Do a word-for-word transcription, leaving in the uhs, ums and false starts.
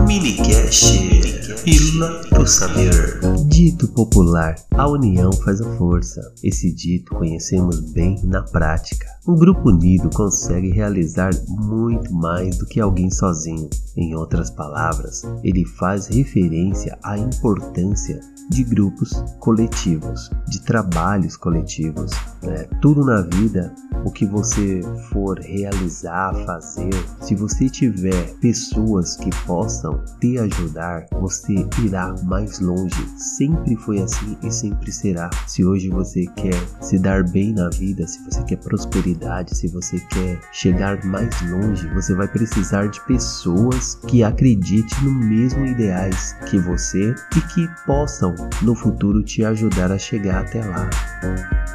Minicast, Pílula do Saber. Dito popular, a união faz a força. Esse dito conhecemos bem na prática. Um grupo unido consegue realizar muito mais do que alguém sozinho. Em outras palavras, ele faz referência à importância de grupos coletivos, de trabalhos coletivos, né? Tudo na vida, o que você for realizar, fazer, se você tiver pessoas que possam te ajudar, você irá mais longe. Sempre foi assim e sempre será. Se hoje você quer se dar bem na vida, se você quer prosperidade, se você quer chegar mais longe, você vai precisar de pessoas que acreditem no mesmo ideais que você e que possam no futuro te ajudar a chegar até lá.